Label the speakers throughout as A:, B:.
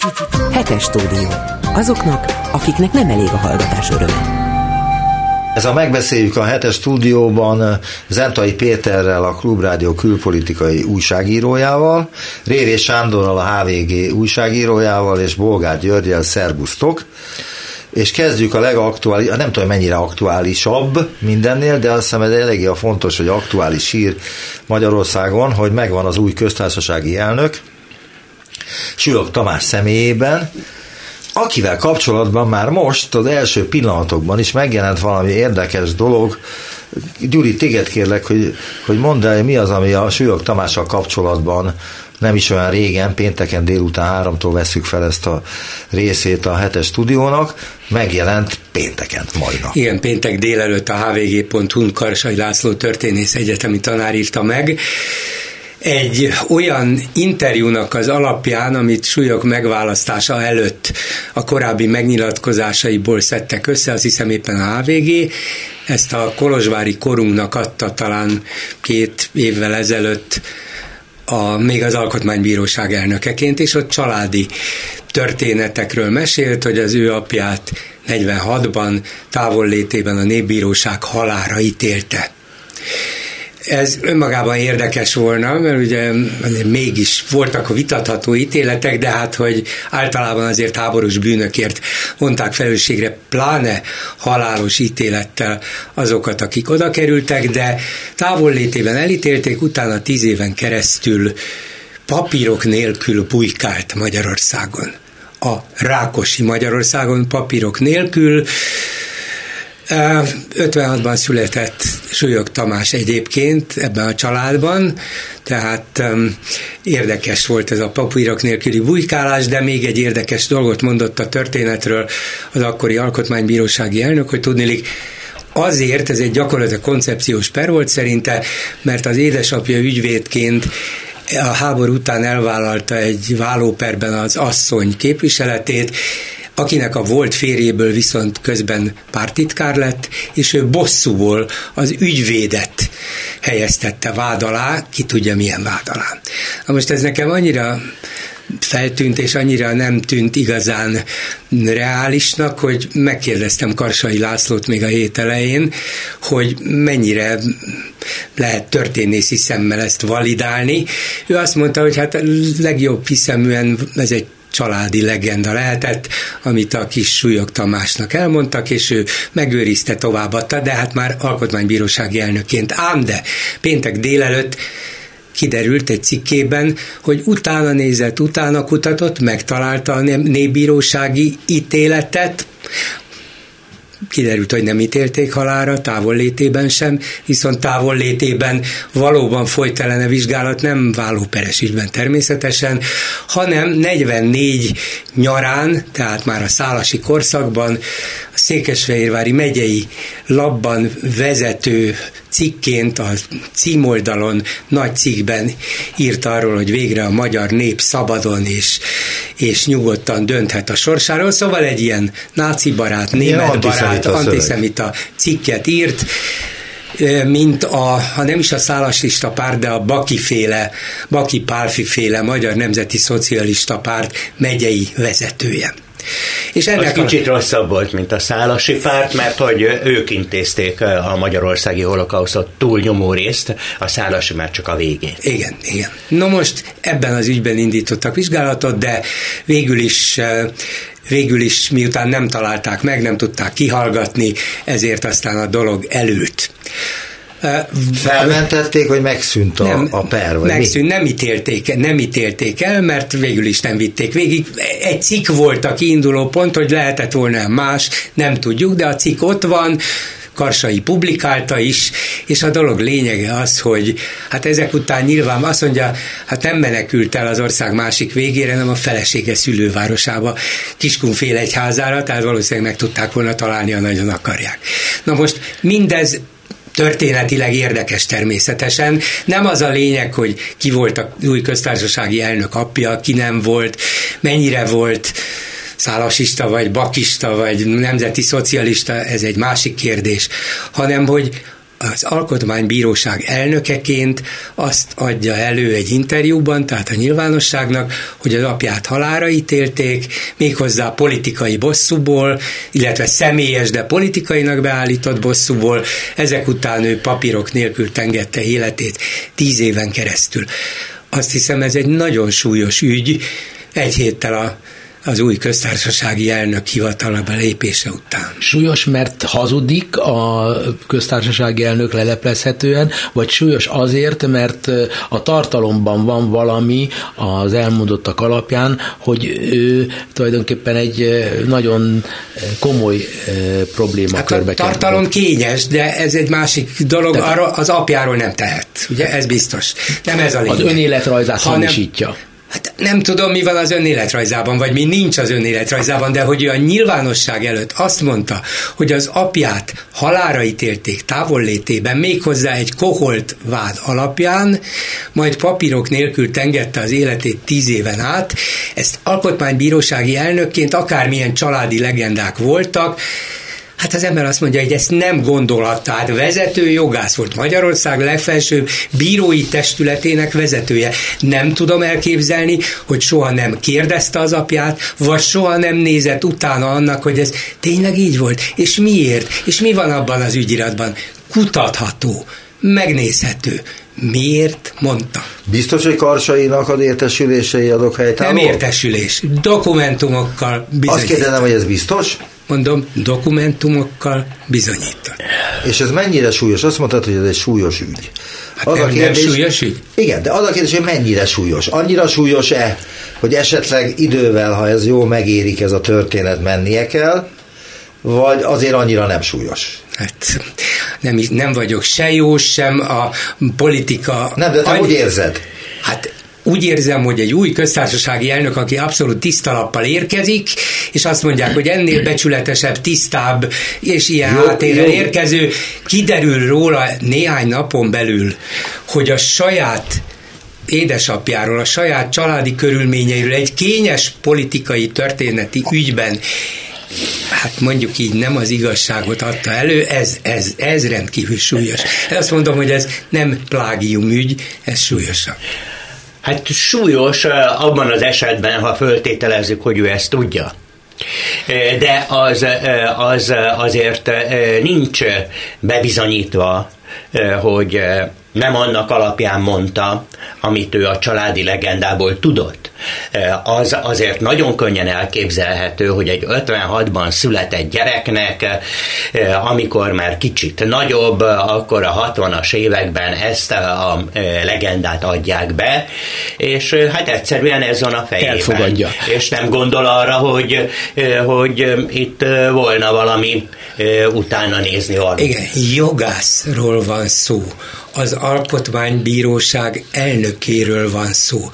A: Hetes stúdió. Azoknak, akiknek nem elég a hallgatás öröme.
B: Ez a Megbeszéljük a Hetes stúdióban Zentai Péterrel, a Klubrádió külpolitikai újságírójával, Révés Sándorral, a HVG újságírójával, és Bolgár Györgyel, szerbusztok. És kezdjük a legaktuális, nem tudom mennyire aktuálisabb mindennél, de azt hiszem ez eléggé fontos, hogy aktuális hír Magyarországon, hogy megvan az új köztársasági elnök, Sülyog Tamás személyében, akivel kapcsolatban már most az első pillanatokban is megjelent valami érdekes dolog. Gyuri, téged kérlek, hogy mondd el, mi az, ami a Sülyog Tamással kapcsolatban nem is olyan régen, pénteken délután 3-tól vesszük fel ezt a részét a Hetes stúdiónak, megjelent pénteken, majdnem.
C: Igen, péntek délelőtt a hvg.hu-n Karsai László történész egyetemi tanár írta meg. Egy olyan interjúnak az alapján, amit Sülyog megválasztása előtt a korábbi megnyilatkozásaiból szedtek össze, azt hiszem éppen a HVG, ezt a kolozsvári Korunknak adta talán 2 évvel ezelőtt még az Alkotmánybíróság elnökeként, és ott családi történetekről mesélt, hogy az ő apját 46-ban távollétében a Népbíróság halálra ítélte. Ez önmagában érdekes volna, mert ugye mégis voltak a vitatható ítéletek, de hát, hogy általában azért háborús bűnökért vonták felelősségre, pláne halálos ítélettel azokat, akik oda kerültek, de távollétében elítélték, utána 10 éven keresztül papírok nélkül bujkált Magyarországon. A Rákosi Magyarországon papírok nélkül. 56-ban született Sülyog Tamás egyébként ebben a családban, tehát érdekes volt ez a papírok nélküli bujkálás, de még egy érdekes dolgot mondott a történetről az akkori alkotmánybírósági elnök, hogy tudniillik, azért ez egy gyakorlatilag koncepciós per volt szerinte, mert az édesapja ügyvédként a háború után elvállalta egy vállóperben az asszony képviseletét, akinek a volt férjéből viszont közben pártitkár lett, és ő bosszúból az ügyvédet helyeztette vád alá, ki tudja milyen vád alá. Na most ez nekem annyira feltűnt, és annyira nem tűnt igazán reálisnak, hogy megkérdeztem Karsai Lászlót még a hét elején, hogy mennyire lehet történészi szemmel ezt validálni. Ő azt mondta, hogy hát legjobb hiszeműen ez egy családi legenda lehetett, amit a kis Sülyog Tamásnak elmondtak, és ő megőrizte, továbbadta, de hát már alkotmánybírósági elnökként. Ám de péntek délelőtt kiderült egy cikkében, hogy utána nézett, utána kutatott, megtalálta a népbírósági ítéletet, kiderült, hogy nem ítélték halálra, távollétében sem, viszont távollétében valóban folyt ellene vizsgálat, nem vállóperes ügyben természetesen, hanem 44 nyarán, tehát már a szálasi korszakban a Székesfehérvári megyei labban vezető cikként a címoldalon nagy cikkben írt arról, hogy végre a magyar nép szabadon és nyugodtan dönthet a sorsáról. Szóval egy ilyen náci barát, német barát, antiszemita cikket írt, mint ha nem is a szálasista párt, de a Baki Pálffy-féle Magyar Nemzeti Szocialista Párt megyei vezetője.
D: És ennek kicsit rosszabb volt, mint a szálasi párt, mert hogy ők intézték a magyarországi holokausztot túlnyomó részt, a szálasi már csak a végén.
C: Igen. No most ebben az ügyben indítottak vizsgálatot, de végül is miután nem találták meg, nem tudták kihallgatni, ezért aztán a dolog elült.
B: Felmentették, vagy megszűnt a per? Vagy
C: megszűnt, nem ítélték el, mert végül is nem vitték végig. Egy cikk volt a kiinduló pont, hogy lehetett volna más, nem tudjuk, de a cikk ott van, Karsai publikálta is, és a dolog lényege az, hogy hát ezek után nyilván azt mondja, hát nem menekült el az ország másik végére, hanem a felesége szülővárosába, Kiskunfélegyházára, tehát valószínűleg meg tudták volna találni, ha nagyon akarják. Na most mindez történetileg érdekes természetesen. Nem az a lényeg, hogy ki volt a új köztársasági elnök apja, ki nem volt, mennyire volt szálasista, vagy bakista, vagy nemzeti szocialista, ez egy másik kérdés, hanem hogy az Alkotmánybíróság elnökeként azt adja elő egy interjúban, tehát a nyilvánosságnak, hogy az apját halálra ítélték, méghozzá politikai bosszúból, illetve személyes, de politikainak beállított bosszúból. Ezek után ő papírok nélkül tengette életét 10 éven keresztül. Azt hiszem, ez egy nagyon súlyos ügy, egy héttel az új köztársasági elnök hivatalba lépése után.
E: Súlyos, mert hazudik a köztársasági elnök leleplezhetően, vagy súlyos azért, mert a tartalomban van valami az elmondottak alapján, hogy ő tulajdonképpen egy nagyon komoly problémakörbe kerül.
C: A tartalom kényes, de ez egy másik dolog, arra az apjáról nem tehet. Ugye ez biztos. Nem ez a lényeg.
E: Az önéletrajzát hamisítja.
C: Hát nem tudom, mi van az önéletrajzában, vagy mi nincs az önéletrajzában, de hogy ő a nyilvánosság előtt azt mondta, hogy az apját halálra ítélték távollétében, méghozzá egy koholt vád alapján, majd papírok nélkül tengette az életét 10 éven át. Ezt alkotmánybírósági elnökként akármilyen családi legendák voltak, hát az ember azt mondja, hogy ezt nem gondolhatta. Hát vezető jogász volt, Magyarország legfelsőbb bírói testületének vezetője. Nem tudom elképzelni, hogy soha nem kérdezte az apját, vagy soha nem nézett utána annak, hogy ez tényleg így volt, és miért, és mi van abban az ügyiratban. Kutatható, megnézhető. Miért mondta?
B: Biztos, hogy Karsainak az értesülései adok helytálló?
C: Nem értesülés, dokumentumokkal bizonyít.
B: Azt kérdezem, hogy ez biztos?
C: Mondom, dokumentumokkal bizonyítva.
B: És ez mennyire súlyos? Azt mondtad, hogy ez egy súlyos ügy.
C: Hát az nem súlyos ügy?
B: Igen, de az a kérdés, hogy mennyire súlyos. Annyira súlyos-e, hogy esetleg idővel, ha ez jó megérik ez a történet, mennie kell, vagy azért annyira nem súlyos?
C: Hát nem vagyok se jó, sem a politika...
B: Nem, de te úgy érzed?
C: Hát úgy érzem, hogy egy új köztársasági elnök, aki abszolút tiszta lappal érkezik, és azt mondják, hogy ennél becsületesebb, tisztább és ilyen háttérrel érkező, kiderül róla néhány napon belül, hogy a saját édesapjáról, a saját családi körülményeiről egy kényes politikai történeti ügyben, hát mondjuk így nem az igazságot adta elő, ez rendkívül súlyos. Azt mondom, hogy ez nem plágiumügy, ez súlyosabb.
D: Hát súlyos abban az esetben, ha föltételezzük, hogy ő ezt tudja. De az azért nincs bebizonyítva, hogy nem annak alapján mondta, amit ő a családi legendából tudott. Az azért nagyon könnyen elképzelhető, hogy egy 56-ban született gyereknek, amikor már kicsit nagyobb, akkor a 60-as években ezt a legendát adják be, és hát egyszerűen ez van a fejében.
E: Elfogadja.
D: És nem gondol arra, hogy itt volna valami utána nézni valami.
C: Igen, jogászról van szó. Az Alkotmánybíróság elnökéről van szó.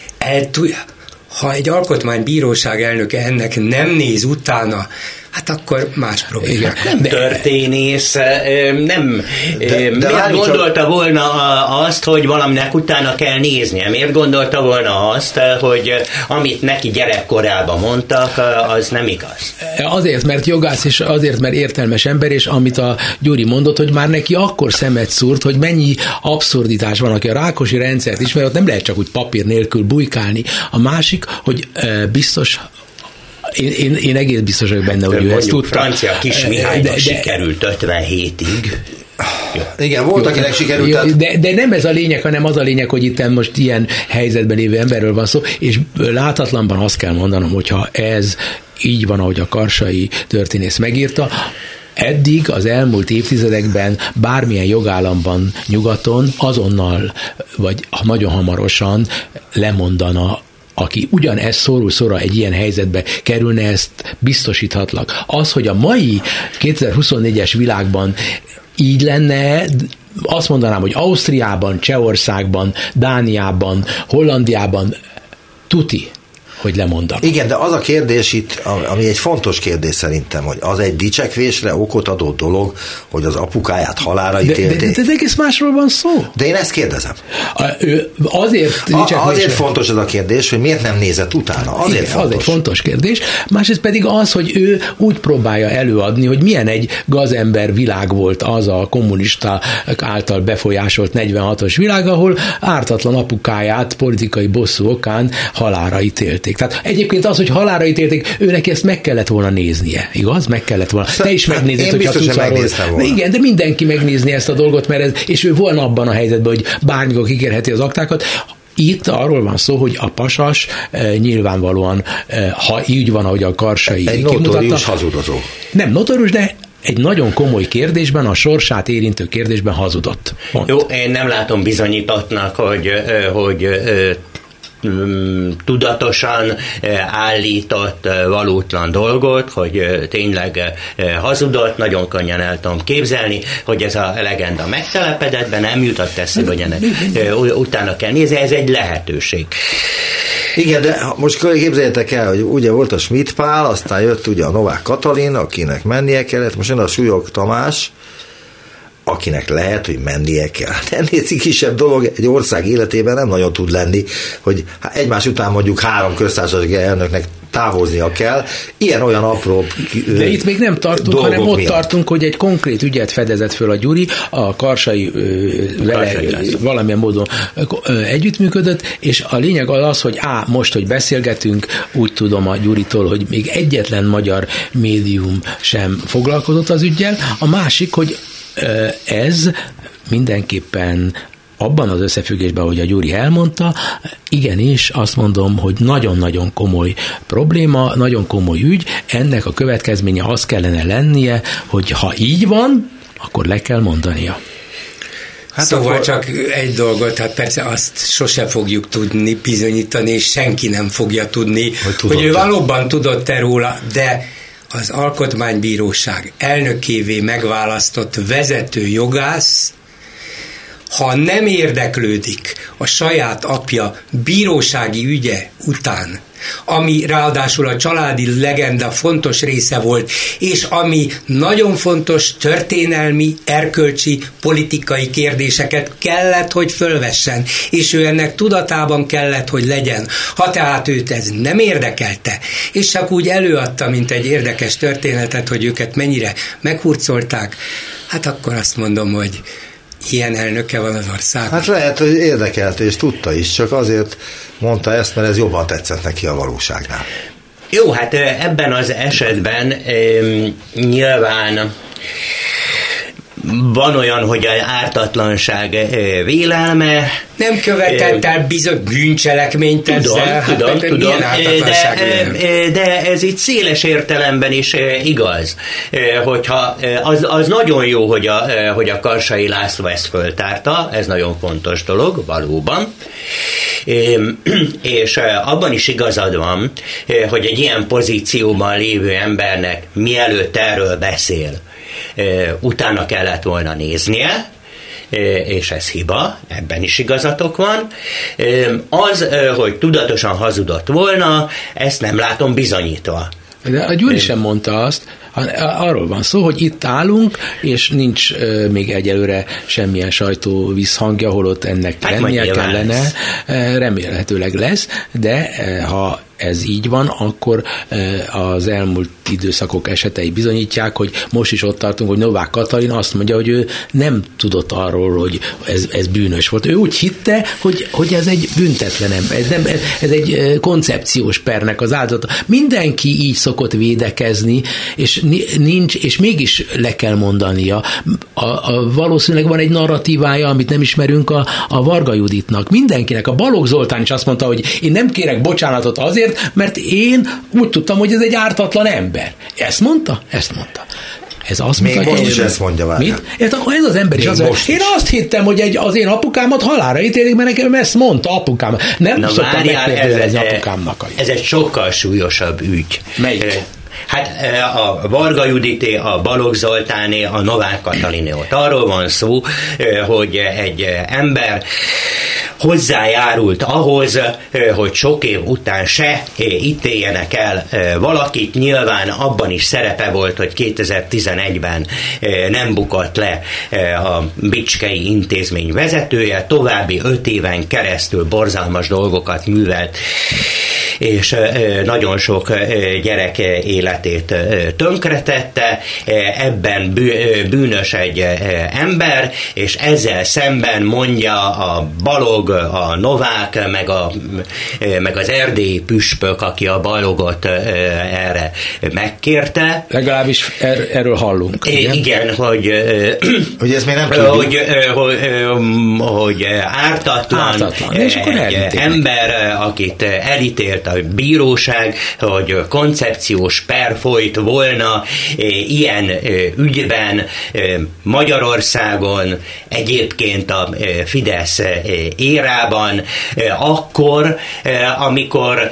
C: Ha egy alkotmánybíróság elnöke ennek nem néz utána, hát akkor más probléma.
D: Nem történész, nem. Miért gondolta volna azt, hogy valaminek utána kell néznie? Miért gondolta volna azt, hogy amit neki gyerekkorában mondtak, az nem igaz?
E: Azért, mert jogász, és azért, mert értelmes ember, és amit a Gyuri mondott, hogy már neki akkor szemet szúrt, hogy mennyi abszurditás van, aki a Rákosi rendszert ismer, ott nem lehet csak úgy papír nélkül bujkálni. A másik, hogy biztos, én egész biztos vagyok benne, hogy ő ezt tudta.
D: Francia Kis Mihálynak sikerült 57-ig.
B: Igen, volt, akinek sikerült.
E: De nem ez a lényeg, hanem az a lényeg, hogy itt most ilyen helyzetben lévő emberről van szó, és látatlanban azt kell mondanom, hogyha ez így van, ahogy a karsai történész megírta, eddig az elmúlt évtizedekben bármilyen jogállamban nyugaton azonnal, vagy nagyon hamarosan lemondana, aki ugyanez szóró-szóra egy ilyen helyzetbe kerülne, ezt biztosíthatlak. Az, hogy a mai 2024-es világban így lenne, azt mondanám, hogy Ausztriában, Csehországban, Dániában, Hollandiában tuti. hogy lemondanak.
B: Igen, de az a kérdés itt, ami egy fontos kérdés szerintem, hogy az egy dicsekvésre okot adó dolog, hogy az apukáját halálra ítélték.
E: De egész másról van szó.
B: De én ezt kérdezem.
E: Azért
B: fontos ez a kérdés, hogy miért nem nézett utána. Azért fontos.
E: Az egy fontos kérdés. Másrészt pedig az, hogy ő úgy próbálja előadni, hogy milyen egy gazember világ volt az a kommunista által befolyásolt 46-os világ, ahol ártatlan apukáját politikai bosszú okán halálra ítélték. Tehát egyébként az, hogy halálra ítélték, őnek ezt meg kellett volna néznie, igaz? Meg kellett volna. Te is megnézed, hogy
B: biztos, hogy megnéztem volna.
E: Igen, de mindenki megnézni ezt a dolgot, és ő volna abban a helyzetben, hogy bármikor kikérheti az aktákat. Itt arról van szó, hogy a pasas nyilvánvalóan, ha így van, ahogy a Karsai kimutatta.
B: Egy notórius hazudozó.
E: Nem notórius, de egy nagyon komoly kérdésben, a sorsát érintő kérdésben hazudott.
D: Jó, én nem látom bizonyítottnak, hogy tudatosan állított valótlan dolgot, hogy tényleg hazudott, nagyon könnyen el tudom képzelni, hogy ez a legenda megtelepedett, be nem jutott eszébe, hogy ennek utána kell nézni, ez egy lehetőség.
B: Igen, de most képzeljétek el, hogy ugye volt a Schmidt Pál, aztán jött ugye a Novák Katalin, akinek mennie kellett, most jön a Súlyog Tamás, akinek lehet, hogy mennie kell. Ennél cikisebb dolog egy ország életében nem nagyon tud lenni, hogy egymás után mondjuk 3 köztársasági elnöknek távoznia kell. Ilyen-olyan apró
E: de itt még nem tartunk, hanem ott tartunk, hogy egy konkrét ügyet fedezett föl a Gyuri, a Karsai vele valamilyen módon együttműködött, és a lényeg az, hogy most, hogy beszélgetünk, úgy tudom a Gyuritól, hogy még egyetlen magyar médium sem foglalkozott az üggyel. A másik, hogy ez mindenképpen abban az összefüggésben, ahogy a Gyuri elmondta, igenis azt mondom, hogy nagyon-nagyon komoly probléma, nagyon komoly ügy, ennek a következménye az kellene lennie, hogy ha így van, akkor le kell mondania.
C: Hát szóval csak egy dolgot, hát persze azt sose fogjuk tudni bizonyítani, és senki nem fogja tudni, hogy ő valóban tudott-e róla, de az Alkotmánybíróság elnökévé megválasztott vezető jogász, ha nem érdeklődik a saját apja bírósági ügye után, ami ráadásul a családi legenda fontos része volt, és ami nagyon fontos történelmi, erkölcsi, politikai kérdéseket kellett, hogy fölvessen, és ő ennek tudatában kellett, hogy legyen. Ha tehát őt ez nem érdekelte, és csak úgy előadta, mint egy érdekes történetet, hogy őket mennyire meghurcolták, hát akkor azt mondom, hogy ilyen elnöke van az országban.
B: Hát lehet, hogy érdekelte, és tudta is, csak azért mondta ezt, mert ez jobban tetszett neki a valóságnál.
D: Jó, hát ebben az esetben nyilván van olyan, hogy az ártatlanság vélelme.
C: Nem követett el bizony bűncselekményt ezzel.
D: Tudom, de ez itt széles értelemben is igaz. Hogyha az nagyon jó, hogy a Karsai László ezt föltárta, ez nagyon fontos dolog, valóban. És abban is igazad van, hogy egy ilyen pozícióban lévő embernek mielőtt erről beszél, utána kellett volna néznie, és ez hiba, ebben is igazatok van. Az, hogy tudatosan hazudott volna, ezt nem látom bizonyítva.
E: De a Gyuri sem mondta azt, arról van szó, hogy itt állunk, és nincs még egyelőre semmilyen sajtó visszhangja, holott ennek lennie kellene, remélhetőleg lesz, de ha ez így van, akkor az elmúlt időszakok esetei bizonyítják, hogy most is ott tartunk, hogy Novák Katalin azt mondja, hogy ő nem tudott arról, hogy ez bűnös volt. Ő úgy hitte, hogy ez egy büntetlen ember, ez egy koncepciós pernek az áldozata. Mindenki így szokott védekezni, és nincs, és mégis le kell mondania. Valószínűleg van egy narratívája, amit nem ismerünk a Varga Juditnak. Mindenkinek. A Balogh Zoltán is azt mondta, hogy én nem kérek bocsánatot azért, mert én úgy tudtam, hogy ez egy ártatlan ember. Ezt mondta? Ezt mondta. Ez azt
B: még most is ezt mondja, várjál.
E: Mit? Akkor ez az ember is az, én azt hittem, hogy az én apukámat halálra ítélik, mert nekem ezt mondta apukám. Nem szoktam megkérdőjelezni apukámnak.
D: Ez egy sokkal súlyosabb ügy.
E: Melyik?
D: Hát a Varga Judité, a Balogh Zoltáné, a Novák Kataliné. Ott arról van szó, hogy egy ember hozzájárult ahhoz, hogy sok év után se ítéljenek el valakit. Nyilván abban is szerepe volt, hogy 2011-ben nem bukott le a Bicskei Intézmény vezetője, további 5 éven keresztül borzalmas dolgokat művelt, és nagyon sok gyerek életét tönkretette, ebben bűnös egy ember, és ezzel szemben mondja a Balogh, a Novák, meg az erdélyi püspök, aki a Balogot erre megkérte.
E: Legalábbis erről hallunk.
D: Igen, hogy
B: ez még nem tudjuk.
D: Hogy ártatlan
E: és akkor
D: egy ember, akit elítélt a bíróság, hogy koncepciós per folyt volna ilyen ügyben Magyarországon, egyébként a Fidesz érában, akkor, amikor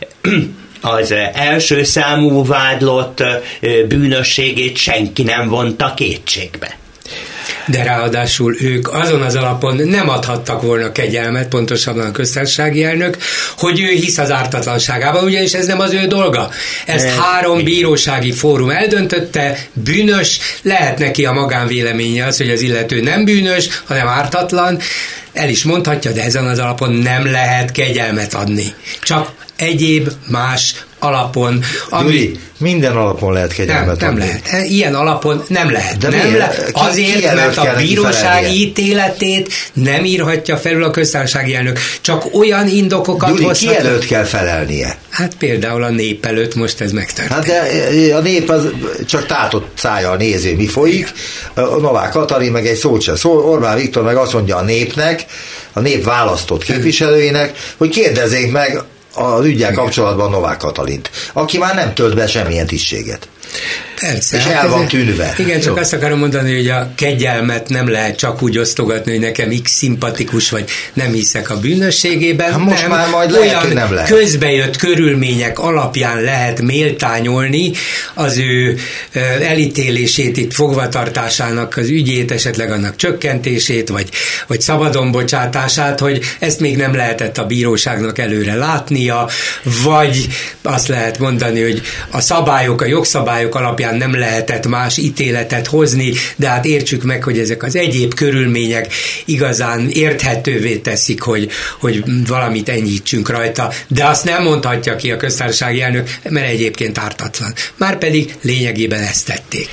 D: az első számú vádlott bűnösségét senki nem vonta kétségbe.
C: De ráadásul ők azon az alapon nem adhattak volna kegyelmet, pontosabban a köztársasági elnök, hogy ő hisz az ártatlanságában, ugyanis ez nem az ő dolga. Ezt 3 bírósági fórum eldöntötte, bűnös, lehet neki a magánvéleménye az, hogy az illető nem bűnös, hanem ártatlan, el is mondhatja, de ezen az alapon nem lehet kegyelmet adni. Csak egyéb más alapon.
B: Gyuri, minden alapon lehet kegyelmet adni.
C: Nem lehet. Ilyen alapon nem lehet.
B: De
C: nem lehet. Azért, mert a bírósági ítéletét nem írhatja felül a köztársasági elnök. Csak olyan indokokat hozhat.
B: Gyuri, ki előtt kell felelnie?
C: Hát például a nép előtt most ez megtörtént.
B: Hát de a nép az csak tátott szájjal nézi, mi folyik. A Novák Katalin meg egy szót sem szól. Orbán Viktor meg azt mondja a népnek, a nép választott képviselőinek, hogy kérdezzék meg az üggyel kapcsolatban Novák Katalint, aki már nem tölt be semmilyen tisztséget.
C: Persze.
B: És el van tűnve.
C: Igen, csak azt akarom mondani, hogy a kegyelmet nem lehet csak úgy osztogatni, hogy nekem X szimpatikus, vagy nem hiszek a bűnösségében.
B: Hát most
C: nem,
B: már majd lehet, hogy nem lehet.
C: Közbejött körülmények alapján lehet méltányolni az ő elítélését, itt fogvatartásának az ügyét, esetleg annak csökkentését, vagy szabadon bocsátását, hogy ezt még nem lehetett a bíróságnak előre látnia, vagy azt lehet mondani, hogy a jogszabályok alapján nem lehetett más ítéletet hozni, de hát értsük meg, hogy ezek az egyéb körülmények igazán érthetővé teszik, hogy valamit enyhítsünk rajta, de azt nem mondhatja ki a köztársasági elnök, mert egyébként ártatlan. Márpedig lényegében ezt tették.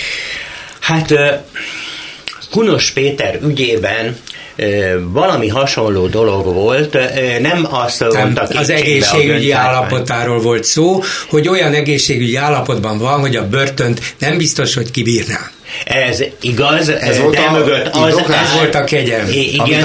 D: Hát Kunos Péter ügyében valami hasonló dolog volt, nem azt mondta ki.
C: Az egészségügyi állapotáról volt szó, hogy olyan egészségügyi állapotban van, hogy a börtönt nem biztos, hogy kibírná.
D: Ez igaz,
B: ez
C: volt a kegyelm.
D: Igen,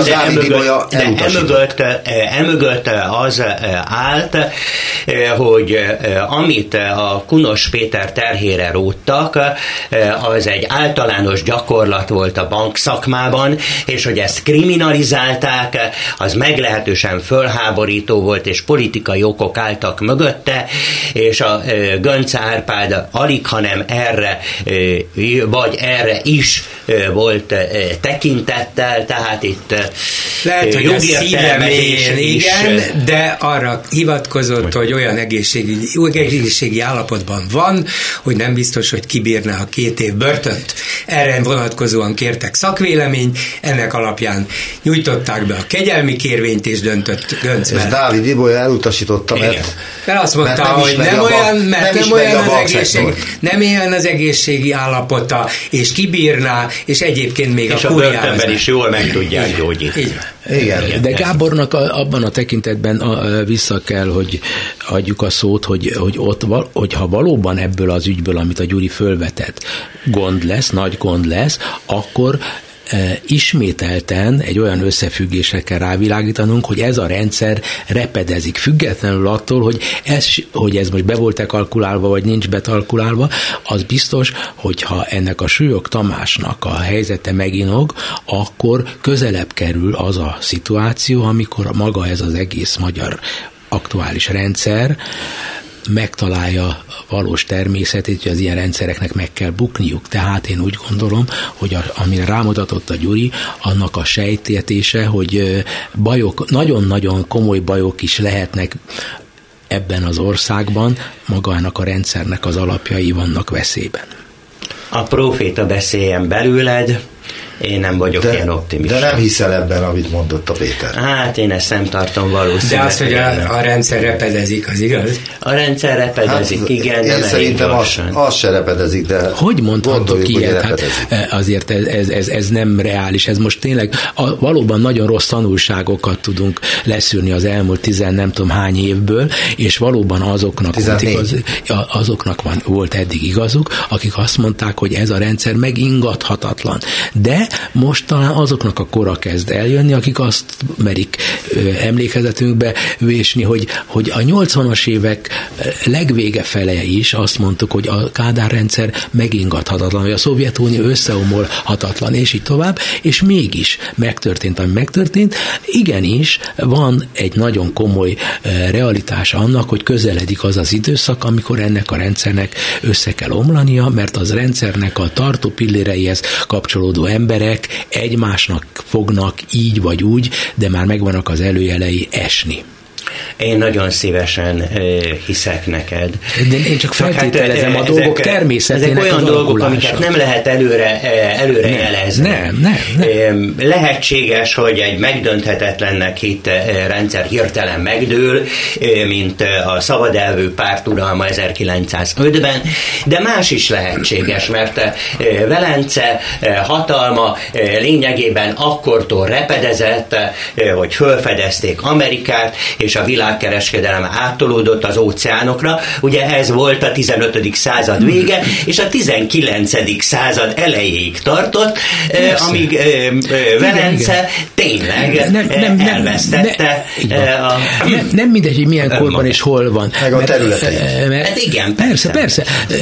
D: de emögött az állt, hogy amit a Kunos Péter terhére róttak, az egy általános gyakorlat volt a bankszakmában, és hogy ezt kriminalizálták, az meglehetősen fölháborító volt, és politikai okok álltak mögötte, és a Göncz Árpád alig, hanem erre, vagy erre is volt tekintettel, tehát itt
C: lehet, hogy a szíve mélyén igen, de arra hivatkozott, hogy olyan egészségi állapotban van, hogy nem biztos, hogy kibírná a 2 év börtönt. Erre vonatkozóan kértek szakvéleményt, ennek alapján nyújtották be a kegyelmi kérvényt, és döntött Göncz.
B: És Dávid Ibolya elutasította,
C: mert azt mondta, hogy nem olyan az egészségi állapota, és kibírná, és egyébként még
D: és a börtönben is jól meg tudják gyógyítani.
B: Igen.
E: De Gábornak abban a tekintetben vissza kell, hogy adjuk a szót, hogy ha valóban ebből az ügyből, amit a Gyuri fölvetett, nagy gond lesz, akkor ismételten egy olyan összefüggésre kell rávilágítanunk, hogy ez a rendszer repedezik, függetlenül attól, hogy ez most be volt-e kalkulálva, vagy nincs bekalkulálva, az biztos, hogyha ennek a Súlyog Tamásnak a helyzete meginog, akkor közelebb kerül az a szituáció, amikor maga ez az egész magyar aktuális rendszer megtalálja valós természetét, hogy az ilyen rendszereknek meg kell bukniuk. Tehát én úgy gondolom, hogy amire rámutatott a Gyuri, annak a sejtetése, hogy bajok, nagyon-nagyon komoly bajok is lehetnek ebben az országban, magának a rendszernek az alapjai vannak veszélyben.
D: A próféta beszéljen belőled, én nem vagyok ilyen optimista.
B: De nem hiszel ebben, amit mondott a Péter.
D: Hát én ezt nem tartom valószínűleg.
C: De az, hogy a rendszer repedezik, az igaz?
D: A rendszer repedezik, hát, igen.
B: Én szerintem az se repedezik, de...
E: Hogy mondhatok ilyet? Hát azért ez nem reális. Ez most tényleg valóban nagyon rossz tanulságokat tudunk leszűrni az elmúlt 10 nem tudom hány évből, és valóban azoknak volt eddig igazuk, akik azt mondták, hogy ez a rendszer megingathatatlan. De most talán azoknak a kora kezd eljönni, akik azt merik emlékezetünkbe vésni, hogy a 80-as évek legvége fele is azt mondtuk, hogy a Kádár rendszer megingathatatlan, hogy a Szovjetunió összeomolhatatlan, és így tovább, és mégis megtörtént, ami megtörtént. Igenis, van egy nagyon komoly realitása annak, hogy közeledik az az időszak, amikor ennek a rendszernek össze kell omlania, mert az rendszernek a tartó pilléreihez kapcsolódó emberek egymásnak fognak így vagy úgy, de már megvannak az előjelei esni.
D: Én nagyon szívesen hiszek neked.
E: De én csak feltételezem a dolgok természetének
D: ezek olyan dolgok, amiket nem lehet előre jelezni.
E: Nem.
D: Lehetséges, hogy egy megdönthetetlennek hitt rendszer hirtelen megdől, mint a szabadelvű párt uralma 1905-ben, de más is lehetséges, mert Velence hatalma lényegében akkortól repedezett, hogy felfedezték Amerikát, és a világkereskedelem áttolódott az óceánokra. Ugye ez volt a 15. század vége, és a 19. század elejéig tartott, amíg Velence tényleg elvesztette.
E: Nem mindegy, hogy milyen korban és hol van.
B: Meg a területei.
D: Hát igen.
E: Persze.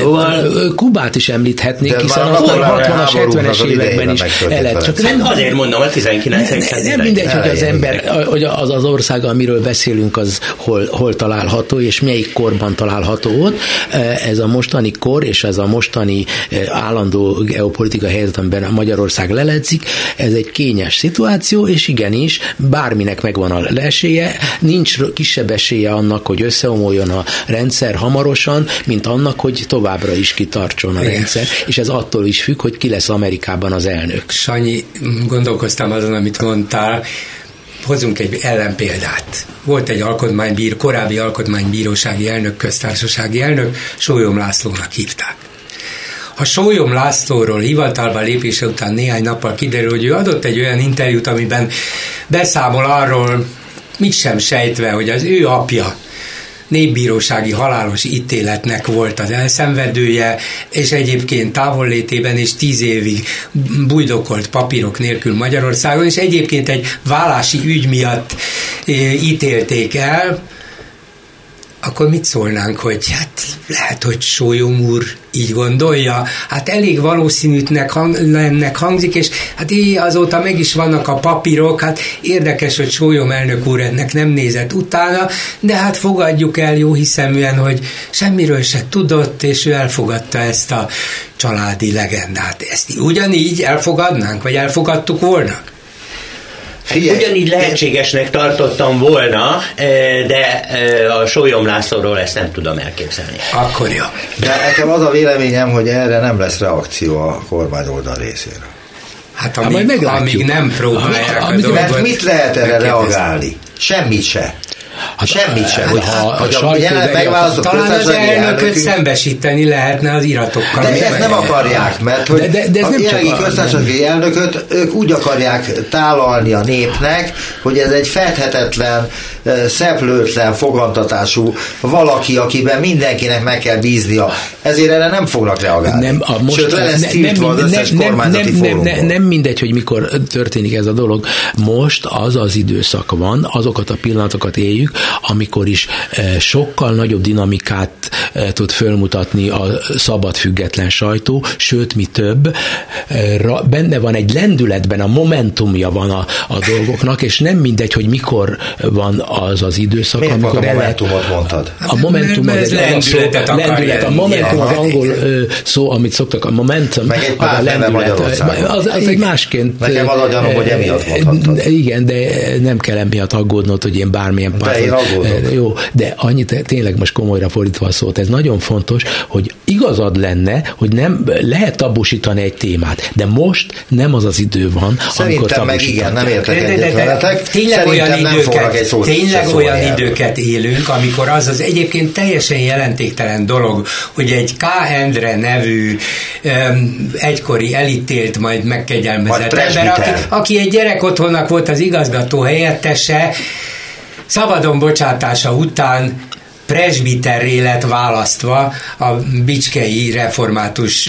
E: Kubát is említhetnék, hiszen a 60-as, 70-es években is elett. Csak
D: azért mondom, a 19. század.
E: Nem mindegy, hogy az ember, hogy az ország, amiről beszélünk, az hol található, és melyik korban található ott. Ez a mostani kor, és ez a mostani állandó geopolitikai helyzet, amiben Magyarország leledzik, ez egy kényes szituáció, és igenis, bárminek megvan a esélye, nincs kisebb esélye annak, hogy összeomoljon a rendszer hamarosan, mint annak, hogy továbbra is kitartson a rendszer, és ez attól is függ, hogy ki lesz Amerikában az elnök.
C: Sanyi, gondolkoztam azon, amit mondtál. Hozzunk egy ellenpéldát. Volt egy korábbi alkotmánybírósági elnök, köztársasági elnök, Sólyom Lászlónak hívták. Ha Sólyom Lászlóról hivatalba lépése után néhány nappal kiderül, hogy ő adott egy olyan interjút, amiben beszámol arról, mit sem sejtve, hogy az ő apja népbírósági halálos ítéletnek volt az elszenvedője, és egyébként távollétében és 10 évig bujdokolt papírok nélkül Magyarországon, és egyébként egy vállási ügy miatt ítélték el, akkor mit szólnánk, hogy hát lehet, hogy Sólyom úr így gondolja, hát elég valószínűtnek hangzik, és hát azóta meg is vannak a papírok, hát érdekes, hogy Sólyom elnök úr ennek nem nézett utána, de hát fogadjuk el jóhiszeműen, hogy semmiről se tudott, és ő elfogadta ezt a családi legendát. Ezt ugyanígy elfogadnánk, vagy elfogadtuk volna?
D: Ugyanígy lehetségesnek tartottam volna, de a Sólyom Lászlóról ezt nem tudom elképzelni.
C: Akkor jó.
B: De nekem az a véleményem, hogy erre nem lesz reakció a kormány oldal részéről.
C: Hát amíg nem próbálják a dolgot.
B: Mert mit lehet erre reagálni? Semmit se. Semmit sem.
C: Talán az elnököt szembesíteni lehetne az iratokkal.
B: De ezt nem akarják, mert hogy a jelenlegi köztársasági elnököt ők úgy akarják tálalni a népnek, hogy ez egy fedhetetlen, szeplőtlen fogantatású valaki, akiben mindenkinek meg kell bíznia. Ezért erre nem fognak reagálni. Sőt, le lesz tiltva az összes kormányzati fórumból.
E: Nem mindegy, hogy mikor történik ez a dolog. Most az időszak van, azokat a pillanatokat éljük, amikor is sokkal nagyobb dinamikát tud fölmutatni a szabad független sajtó, sőt, mi több, benne van egy lendületben, a momentumja van a dolgoknak, és nem mindegy, hogy mikor van az az időszak,
B: miért
E: amikor
B: a Momentumot mondtad?
E: A Momentum az egy
C: lendületet akar.
E: Lendület. A Momentum az angol szó, amit szoktak, a Momentum.
B: Meg egy pár neve Magyarországon.
E: Az egy másként.
B: Nekem az a gyanúm, hogy emiatt mondhattad.
E: Igen, de nem kell emiatt aggódnod, hogy én bármilyen párt.
B: De én aggódok.
E: Jó, de annyit tényleg most komolyra fordítva a szót, ez nagyon fontos, hogy igazad lenne, hogy nem lehet tabusítani egy témát, de most nem az az idő van,
B: szerintem meg igen, nem értek egyet veletek.
C: Tényleg olyan időket élünk, amikor az egyébként teljesen jelentéktelen dolog, hogy egy K. Endre nevű egykori elítélt, majd megkegyelmezett ember, aki egy gyerekotthonnak volt az igazgató helyettese, szabadon bocsátása után presbiterré lett választva a Bicskei Református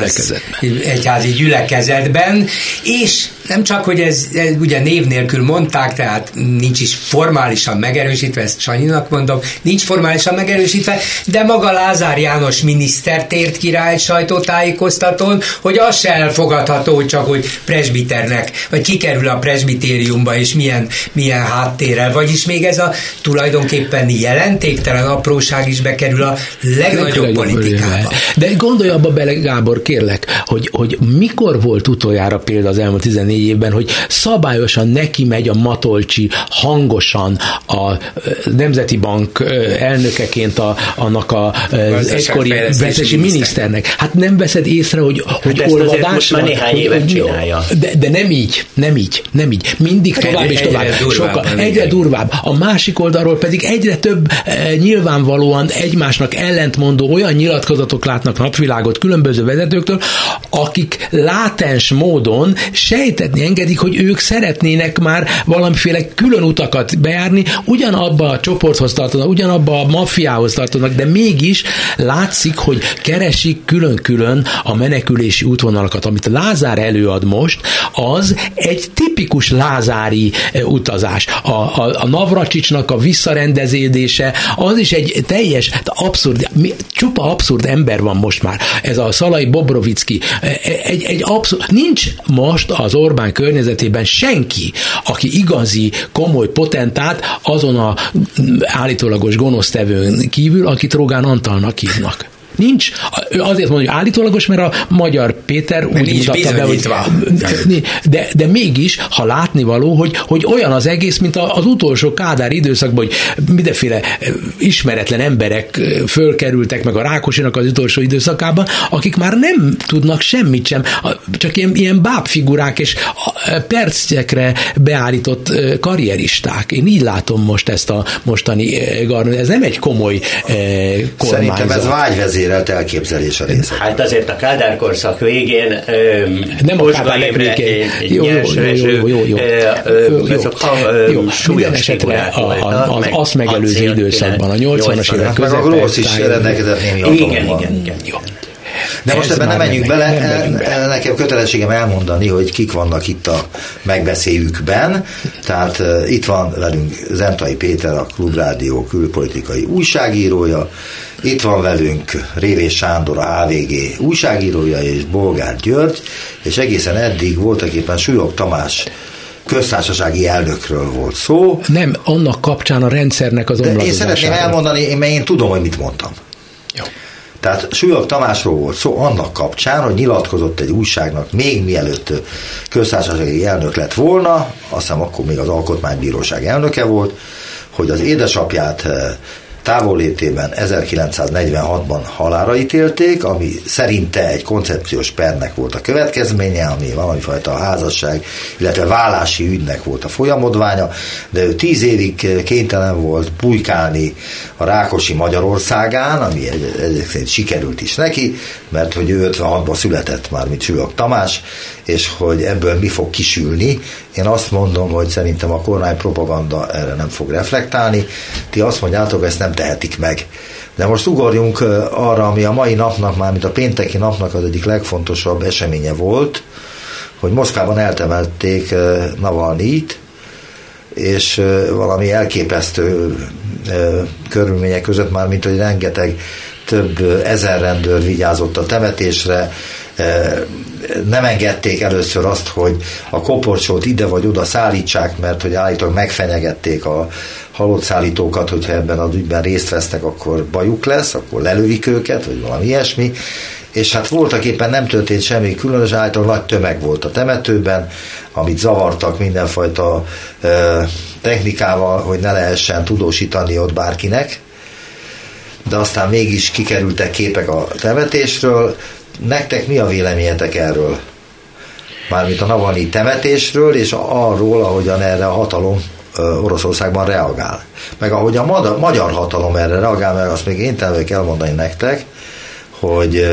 C: Egyházi gyülekezetben, és nem csak, hogy ez ugye név nélkül mondták, tehát nincs is formálisan megerősítve, ezt Sanyinak mondom, nincs formálisan megerősítve, de maga Lázár János miniszter tért ki rá egy sajtótájékoztatón, hogy az se elfogadható, hogy csak hogy presbiternek, vagy kikerül a presbitériumba, és milyen háttérrel, vagyis még ez a tulajdonképpen jelentéktelen apróság is bekerül a legnagyobb politikába.
E: De gondolj abba bele, Gábor, kérlek, hogy mikor volt utoljára példa az elmúlt 14 évben, hogy szabályosan neki megy a Matolcsi hangosan a Nemzeti Bank elnökeként annak az egykori vezetési miniszternek. Hát nem veszed észre, hogy olvadás.
D: Most már néhány évet csinálja.
E: De nem így. Mindig tovább és tovább. Egyre durvább. A másik oldalról pedig egyre több nyilvánvalóan egymásnak ellentmondó olyan nyilatkozatok látnak napvilágot különböző vezetőktől, akik látens módon sejtetni engedik, hogy ők szeretnének már valamiféle külön utakat bejárni, ugyanabba a csoporthoz tartoznak, ugyanabba a maffiához tartoznak, de mégis látszik, hogy keresik külön-külön a menekülési útvonalakat. Amit Lázár előad most, az egy tipikus lázári utazás. A Navracsicsnak a visszarendeződése, az is egy teljes, abszurd, csupa abszurd ember van most már. Ez a Szalai Bobrovicki. Egy abszurd, nincs most az Orbán környezetében senki, aki igazi, komoly potentát azon a állítólagos gonosztevőn kívül, akit Rogán Antalnak hívnak. Nincs. Azért mondom, hogy állítólagos, mert a Magyar Péter úgy mutatta be, hogy de mégis, ha látnivaló, hogy olyan az egész, mint az utolsó Kádár időszakban, hogy mindenféle ismeretlen emberek fölkerültek meg a Rákosinak az utolsó időszakában, akik már nem tudnak semmit sem, csak ilyen bábfigurák és percekre beállított karrieristák. Én így látom most ezt a mostani garnitúrát. Ez nem egy komoly kormányzat.
B: Szerintem ez vágyvezér elképzelés a része.
D: Hát azért a Kádár korszak végén
E: nem a Kádár végén. Jó. Minden esetre az azt megelőző időszakban, a 80-as évek közepén.
B: Meg a Grósz is rendelkezett némi hatalommal.
E: Igen.
B: De most ebben nem menjünk bele, nekem kötelességem elmondani, hogy kik vannak itt a megbeszéljükben. Tehát itt van velünk Zentai Péter, a Klubrádió külpolitikai újságírója, itt van velünk Révés Sándor, a HVG újságírója, és Bolgár György, és egészen eddig voltaképpen Súlyog Tamás köztársasági elnökről volt szó.
E: Nem, annak kapcsán a rendszernek az omladozásáról.
B: Én szeretném elmondani, mert én tudom, hogy mit mondtam.
E: Jó.
B: Tehát Súlyog Tamásról volt szó annak kapcsán, hogy nyilatkozott egy újságnak még mielőtt köztársasági elnök lett volna, azt hiszem akkor még az Alkotmánybíróság elnöke volt, hogy az édesapját távollétében 1946-ban halálra ítélték, ami szerinte egy koncepciós pernek volt a következménye, ami valamifajta házasság, illetve vállási ügynek volt a folyamodványa, de ő 10 évig kénytelen volt bujkálni a Rákosi Magyarországán, ami egyébként sikerült is neki, mert hogy ő 56-ban született már, mint Súlyog Tamás, és hogy ebből mi fog kisülni. Én azt mondom, hogy szerintem a kormány propaganda erre nem fog reflektálni. Ti azt mondjátok, ezt nem tehetik meg. De most ugorjunk arra, ami a mai napnak, már mint a pénteki napnak az egyik legfontosabb eseménye volt, hogy Moszkvában eltemették Navalnyit, és valami elképesztő körülmények között már, mint hogy rengeteg több ezer rendőr vigyázott a temetésre, nem engedték először azt, hogy a koporsót ide vagy oda szállítsák, mert hogy állítólag megfenyegették a halottszállítókat, hogyha ebben az ügyben részt vesznek, akkor bajuk lesz, akkor lelövik őket, vagy valami ilyesmi. És hát voltak éppen nem történt semmi különös, általában nagy tömeg volt a temetőben, amit zavartak mindenfajta technikával, hogy ne lehessen tudósítani ott bárkinek, de aztán mégis kikerültek képek a temetésről. Nektek mi a véleményetek erről? Mármint a Navalnyi temetésről, és arról, ahogyan erre a hatalom Oroszországban reagál. Meg ahogy a magyar hatalom erre reagál, meg azt még én tenni kell mondani nektek, hogy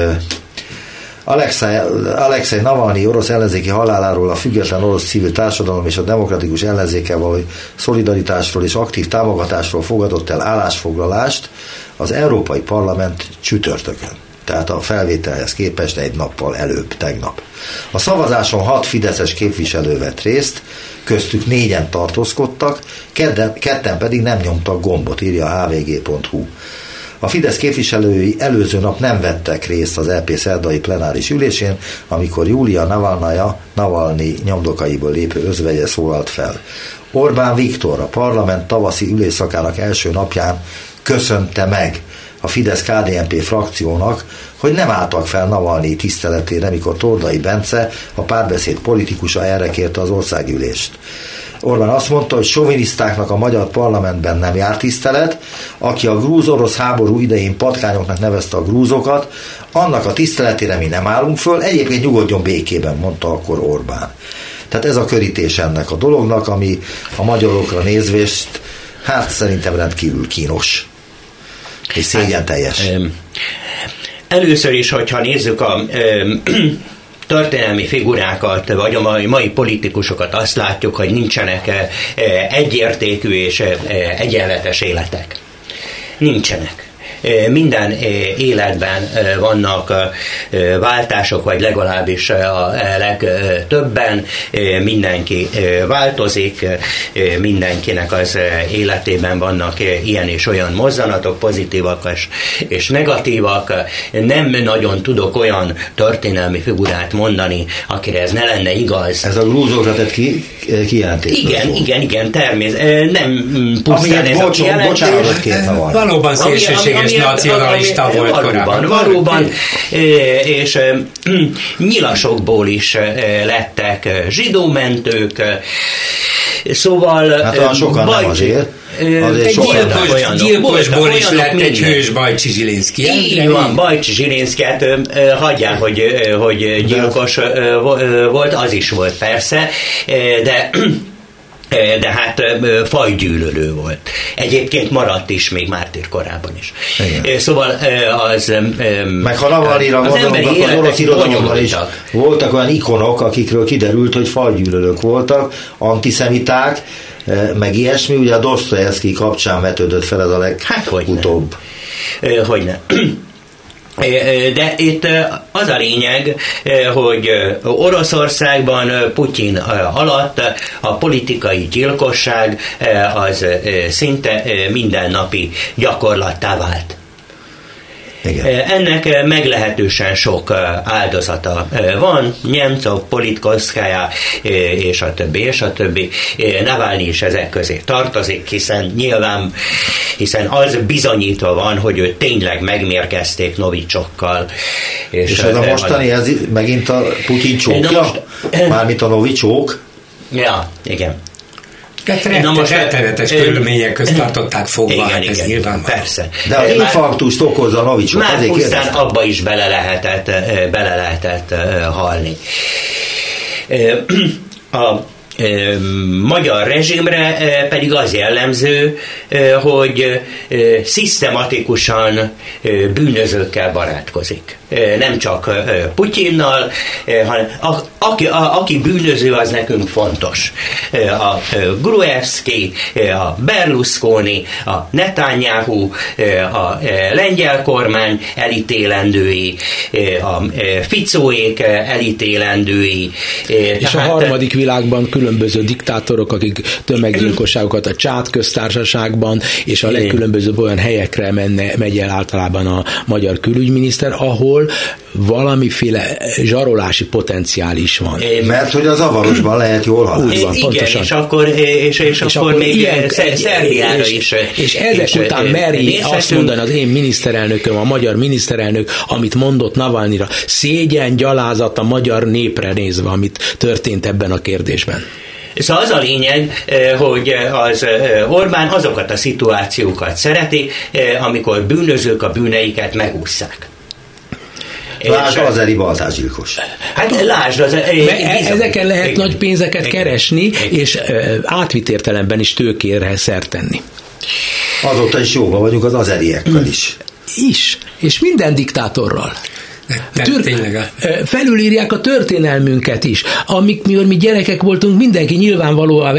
B: Alexei Navalnyi orosz ellenzéki haláláról a független orosz civil társadalom és a demokratikus ellenzékkel való szolidaritásról és aktív támogatásról fogadott el állásfoglalást az Európai Parlament csütörtökön. Tehát a felvételhez képest egy nappal előbb, tegnap. A szavazáson 6 fideszes képviselő vett részt, köztük 4-en tartózkodtak, ketten pedig nem nyomtak gombot, írja a hvg.hu. A Fidesz képviselői előző nap nem vettek részt az EP szerdai plenáris ülésén, amikor Júlia Navalnyi nyomdokaiból lépő özvegye szólalt fel. Orbán Viktor a parlament tavaszi ülésszakának első napján köszönte meg a Fidesz-KDNP frakciónak, hogy nem álltak fel Navalnyi tiszteletére, mikor Tordai Bence, a Párbeszéd politikusa erre kérte az országgyűlést. Orbán azt mondta, hogy sovinisztáknak a magyar parlamentben nem jár tisztelet, aki a grúz-orosz háború idején patkányoknak nevezte a grúzokat, annak a tiszteletére mi nem állunk föl, egyébként nyugodjon békében, mondta akkor Orbán. Tehát ez a körítés ennek a dolognak, ami a magyarokra nézvést, hát szerintem rendkívül kínos és szégyen teljes.
D: Először is, hogyha nézzük a történelmi figurákat, vagy a mai politikusokat, azt látjuk, hogy nincsenek egyértékű és egyenletes életek. Nincsenek. Minden életben vannak váltások, vagy legalábbis a legtöbben. Mindenki változik, mindenkinek az életében vannak ilyen és olyan mozzanatok, pozitívak és negatívak. Nem nagyon tudok olyan történelmi figurát mondani, akire ez ne lenne igaz.
B: Ez a grúzokra tett kijelentés.
D: Igen, természetesen. Nem pusztán ez a kijelentés.
C: Valóban szélsőséges nacionalista volt korábban.
D: Valóban, és nyilasokból is lettek zsidómentők, szóval...
B: Hát olyan sokan nem azért.
C: Gyilkosból is lett egy hős Bajcsi Zsilinszky.
D: Így van, Bajcsi Zsilinszkyt hagyják, hogy gyilkos volt, az is volt persze, de hát fajgyűlölő volt. Egyébként maradt is még mártír korában is. Igen. Szóval az...
B: Meg ha Navalnyira gondolunk, akkor az orosz irodalomban is voltak olyan ikonok, akikről kiderült, hogy fajgyűlölők voltak, antiszemiták, meg ilyesmi, ugye a Dosztojevszkij kapcsán vetődött fel ez a legutóbb.
D: Hogyne. De itt az a lényeg, hogy Oroszországban Putyin alatt a politikai gyilkosság az szinte mindennapi gyakorlattá vált. Igen. Ennek meglehetősen sok áldozata van, Nemcov, Politkovszkaja és a többi. Navalnyi is ezek közé tartozik, hiszen az bizonyítva van, hogy őt tényleg megmérgezték novicsokkal.
B: És ez a mostani, ez megint a Putyin csókja? Mármint a novicsók?
D: Ja, igen.
C: Rettenetes körülmények közt tartották fogva, hát ez nyilván.
D: Persze.
B: De az infarktust okozza a novicsok.
D: Már pusztán abba is bele lehetett halni. A magyar rezsimre pedig az jellemző, hogy szisztematikusan bűnözőkkel barátkozik. Nem csak Putyinnal, hanem aki bűnöző, az nekünk fontos. A Gruevszki, a Berlusconi, a Netanyahu, a lengyel kormány elítélendői, a Ficóék elítélendői.
E: És a harmadik világban különböző legkülönböző diktátorok, akik tömeggyilkosságokat a Csád köztársaságban és a legkülönbözőbb olyan helyekre megy el általában a magyar külügyminiszter, ahol valamiféle zsarolási potenciál is van.
B: Mert hogy a zavarosban lehet jól halálni.
E: Úgy van,
D: igen,
E: pontosan.
D: És akkor még Szerbiára is.
E: És ezek után meri azt mondani az én miniszterelnököm, a magyar miniszterelnök, amit mondott Navalnyira, szégyen, gyalázat a magyar népre nézve, amit történt ebben a kérdésben.
D: Szóval az a lényeg, hogy az Orbán azokat a szituációkat szereti, amikor bűnözők a bűneiket megússzák.
B: Lásd az Eri baltázsgyilkos.
D: Hát lásd az
E: ezeken lehet nagy pénzeket keresni, és átvitt értelemben is tőkére szert tenni.
B: Azóta is jóban vagyunk az azeriekkel is. És minden diktátorral.
E: Felülírják a történelmünket is. Amikor mi gyerekek voltunk, mindenki nyilvánvalóan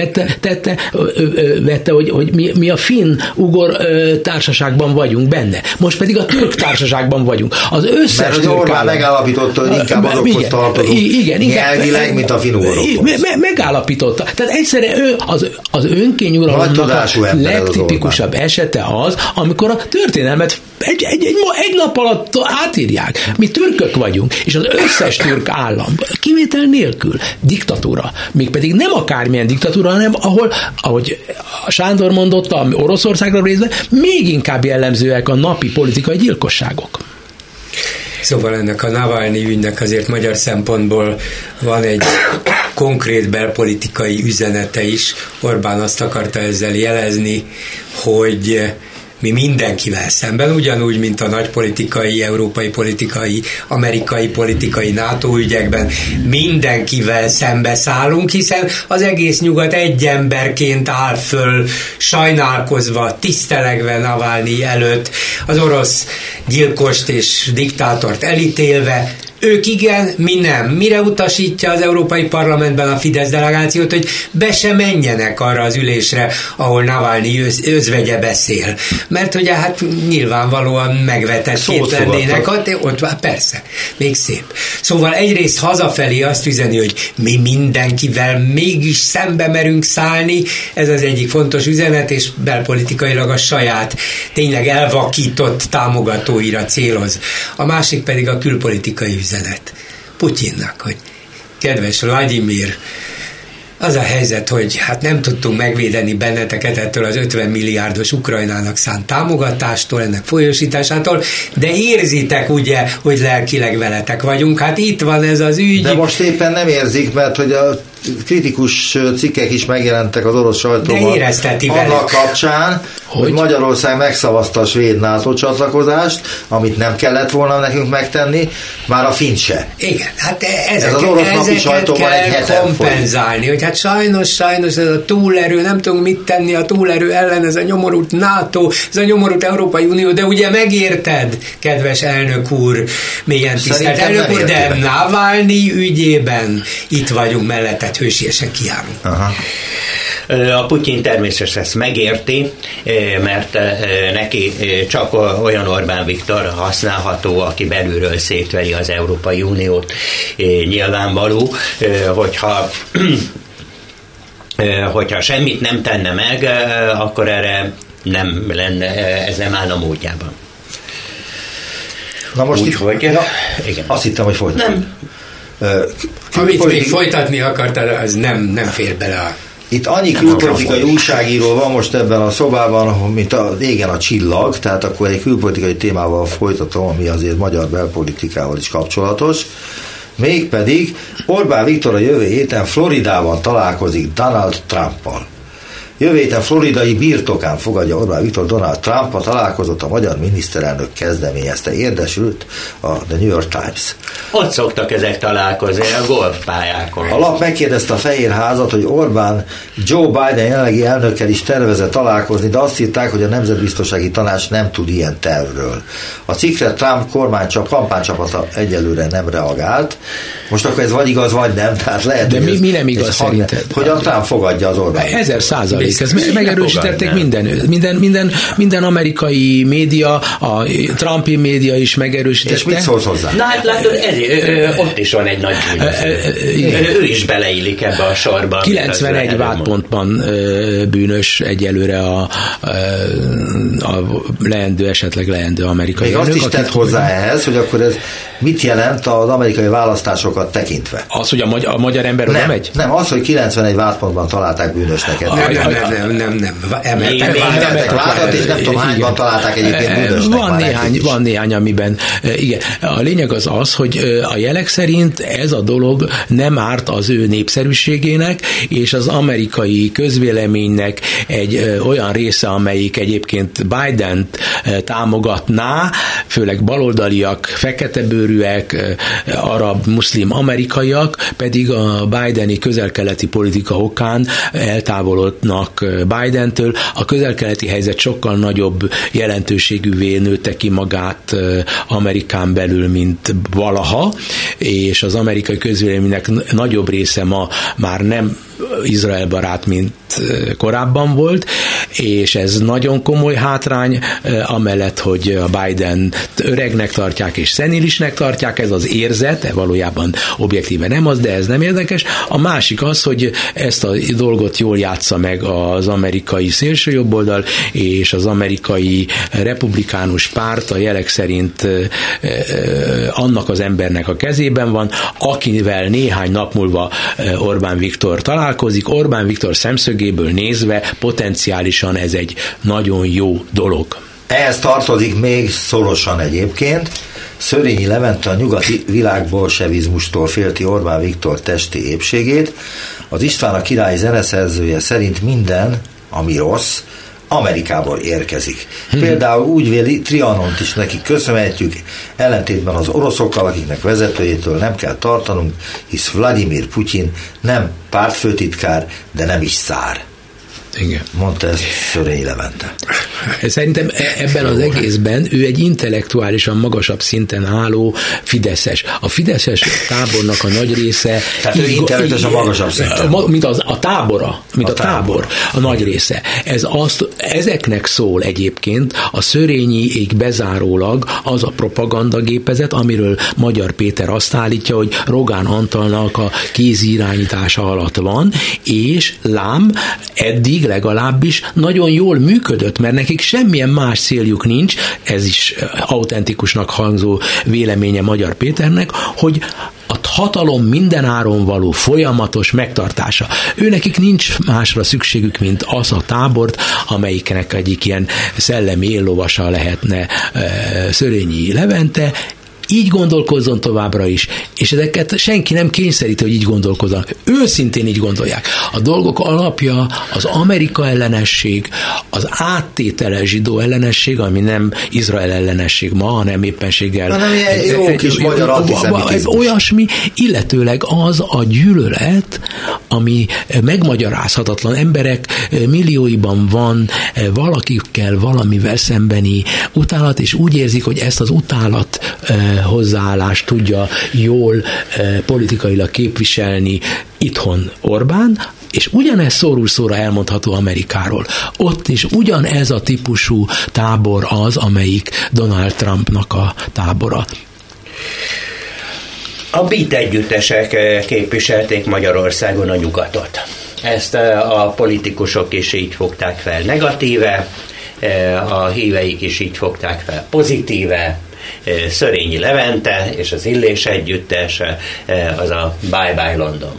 E: vette, hogy mi a finn-ugor társaságban vagyunk benne. Most pedig a török társaságban vagyunk. Az összes
B: mert hogy Orbán megállapította, hogy inkább azokhoz tartozunk nyelvileg, mint a finn-ugorokhoz.
E: Megállapította. Tehát egyszerűen az önkényuralomnak a legtipikusabb esete az, amikor a történelmet egy nap alatt átírják. Mi türkök vagyunk, és az összes türk állam, kivétel nélkül, diktatúra. Mégpedig nem akármilyen diktatúra, hanem ahol, ahogy Sándor mondotta, Oroszországra részben, még inkább jellemzőek a napi politikai gyilkosságok.
C: Szóval ennek a Navalnyi ügynek azért magyar szempontból van egy konkrét belpolitikai üzenete is. Orbán azt akarta ezzel jelezni, hogy mi mindenkivel szemben, ugyanúgy, mint a nagy politikai, európai politikai, amerikai politikai NATO ügyekben mindenkivel szembeszállunk, hiszen az egész nyugat egy emberként áll föl, sajnálkozva, tisztelegve Navalnyi előtt, az orosz gyilkost és diktátort elítélve. Ők igen, mi nem. Mire utasítja az Európai Parlamentben a Fidesz delegációt, hogy be se menjenek arra az ülésre, ahol Navalnyi özvegye beszél. Mert ugye hát nyilvánvalóan megvetettként lennének. Ott persze, még szép. Szóval egyrészt hazafelé azt üzeni, hogy mi mindenkivel mégis szembe merünk szállni, ez az egyik fontos üzenet, és belpolitikailag a saját, tényleg elvakított támogatóira céloz. A másik pedig a külpolitikai üzenet Putyinnak, hogy kedves Vladimir, az a helyzet, hogy hát nem tudtunk megvédeni benneteket ettől az 50 milliárdos Ukrajnának szánt támogatástól, ennek folyósításától, de érzitek ugye, hogy lelkileg veletek vagyunk, hát itt van ez az ügy.
B: De most éppen nem érzik, mert hogy a kritikus cikkek is megjelentek az orosz sajtóban annak kapcsán, hogy Magyarország megszavazta a svéd NATO csatlakozást, amit nem kellett volna nekünk megtenni, már a finn se.
C: Igen, hát
B: ez az orosz napi sajtóban egy heten
C: kompenzálni, hogy hát sajnos ez a túlerő, nem tudunk mit tenni a túlerő ellen, ez a nyomorult NATO, ez a nyomorult Európai Unió, de ugye megérted, kedves elnök úr, mélyen tisztelt elnök úr, de Navalnyi ügyében itt vagyunk mellette, hősiesen kiállunk.
B: Aha.
D: A Putyin természetesen ezt megérti, mert neki csak olyan Orbán Viktor használható, aki belülről szétveri az Európai Uniót. Nyilvánvaló, hogyha semmit nem tenne meg, akkor erre nem lenne, ez nem állna módjában.
B: Na most
D: igen.
B: Azt hittem, hogy folytatni.
C: Nem. Amit még folytatni akartál, az nem fér bele a...
B: Itt annyi külpolitikai újságíró van most ebben a szobában, mint régen a csillag, tehát akkor egy külpolitikai témával folytatom, ami azért magyar belpolitikával is kapcsolatos. Mégpedig Orbán Viktor a jövő héten Floridában találkozik Donald Trumpal. Jövő héten floridai birtokán fogadja Orbán Viktor Donald Trump, a találkozott a magyar miniszterelnök kezdeményezte. Érdesült a The New York Times.
D: Ott szoktak ezek találkozni, a golfpályákon.
B: A lap megkérdezte a Fehérházat, hogy Orbán Joe Biden jelenlegi elnökkel is tervezett találkozni, de azt írták, hogy a Nemzetbiztonsági Tanács nem tud ilyen tervről. A cikkre Trump kampánycsapata egyelőre nem reagált. Most akkor ez vagy igaz, vagy nem. Tehát lehet,
E: de mi nem igaz szerinted?
B: Hogy a Trump fogadja az Orbán.
E: 1000%. százalék. Ezt megerősítették minden amerikai média, a Trumpi média is megerősítette.
B: És mit szólsz hozzá?
D: Na hát látod, ott is van egy nagy bűnöző. Ő is beleillik ebbe a sorba.
E: 91 vádpontban bűnös egyelőre a esetleg leendő amerikai
B: még
E: elnök.
B: Azt is tett hozzá ehhez, hogy akkor ez mit jelent az amerikai választásosokat tekintve?
E: Az, hogy a magyar ember oda megy?
B: Nem, az, hogy 91 vádpontban találták bűnösnek.
C: Nem.
B: Emeltek vádat, és nem tudom hányban találták egyébként bűnösnek.
E: Van néhány, amiben igen. A lényeg az, hogy a jelek szerint ez a dolog nem árt az ő népszerűségének, és az amerikai közvéleménynek egy olyan része, amelyik egyébként Bident támogatná, főleg baloldaliak, feketebőrűek, arab, muszlim amerikaiak, pedig a bideni közel-keleti politika okán eltávolodnak Bidentől. A közel-keleti helyzet sokkal nagyobb jelentőségűvé nőtte ki magát Amerikán belül, mint valaha, és az amerikai közvéleménynek nagyobb része ma már nem Izrael barát, mint korábban volt, és ez nagyon komoly hátrány, amellett, hogy a Biden öregnek tartják és szenilisnek tartják, ez az érzet, valójában objektíven nem az, de ez nem érdekes. A másik az, hogy ezt a dolgot jól játsza meg az amerikai szélsőjobboldal, és az amerikai republikánus párt a jelek szerint annak az embernek a kezében van, akivel néhány nap múlva Orbán Viktor találkozik. Orbán Viktor szemszögéből nézve potenciálisan ez egy nagyon jó dolog.
B: Ehhez tartozik még szorosan egyébként. Szörényi Levente a nyugati világ bolsevizmustól félti Orbán Viktor testi épségét. Az István a király zeneszerzője szerint minden, ami rossz, Amerikából érkezik. Például úgy véli, Trianont is neki köszönhetjük, ellentétben az oroszokkal, akiknek vezetőjétől nem kell tartanunk, hisz Vladimir Putyin nem pártfőtitkár, de nem is szár.
E: Igen.
B: Mondta ezt Szörényi Levente.
E: Szerintem ebben az egészben ő egy intellektuálisan magasabb szinten álló fideszes. A fideszes tábornak a nagy része...
B: Tehát ő intellektuálisan magasabb szinten.
E: Mint a tábora, a tábor, a nagy része. Ezeknek szól egyébként a Szörényiig bezárólag az a propagandagépezet, amiről Magyar Péter azt állítja, hogy Rogán Antalnak a kézirányítása alatt van, és lám eddig legalábbis nagyon jól működött, mert nekik semmilyen más céljuk nincs, ez is autentikusnak hangzó véleménye Magyar Péternek, hogy a hatalom mindenáron való folyamatos megtartása. Őnekik nincs másra szükségük, mint az a tábort, amelyiknek egyik ilyen szellemi éllovasa lehetne Szörényi Levente. Így gondolkozzon továbbra is, és ezeket senki nem kényszeríti, hogy így gondolkozzon. Őszintén így gondolják. A dolgok alapja az Amerika ellenesség, az áttételes zsidó ellenesség, ami nem Izrael ellenesség ma, hanem éppenséggel
B: hanem jó kis magyar antiszemitizmus.
E: Olyasmi, illetőleg az a gyűlölet, ami megmagyarázhatatlan. Emberek millióiban van valakikkel valamivel szembeni utálat, és úgy érzik, hogy ezt az utálat hozzáállást tudja jól politikailag képviselni itthon Orbán, és ugyanez szóról szóra elmondható Amerikáról. Ott is ugyanez a típusú tábor az, amelyik Donald Trumpnak a tábora.
D: A Beat együttesek képviselték Magyarországon a nyugatot. Ezt a politikusok is így fogták fel negatíve, a híveik is így fogták fel pozitíve. Szörényi Levente és az Illés együttes, az a Bye Bye London.